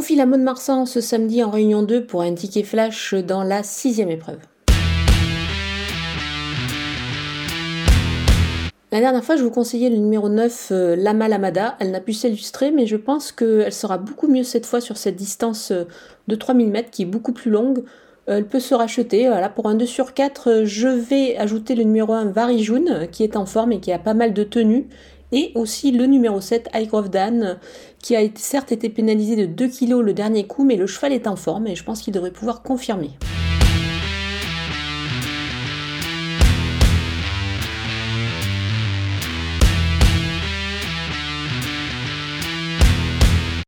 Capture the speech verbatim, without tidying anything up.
On file à Mont-de-Marsan ce samedi en Réunion deux pour un ticket flash dans la sixième épreuve. La dernière fois, je vous conseillais le numéro neuf, euh, Lama Lamada. Elle n'a pu s'illustrer, mais je pense qu'elle sera beaucoup mieux cette fois sur cette distance euh, de trois mille mètres qui est beaucoup plus longue. Euh, elle peut se racheter. Voilà, pour un deux sur quatre, euh, je vais ajouter le numéro un, Varijun, euh, qui est en forme et qui a pas mal de tenues. Et aussi le numéro sept, Highgrove Dan, qui a été, certes été pénalisé de deux kilos le dernier coup, mais le cheval est en forme et je pense qu'il devrait pouvoir confirmer.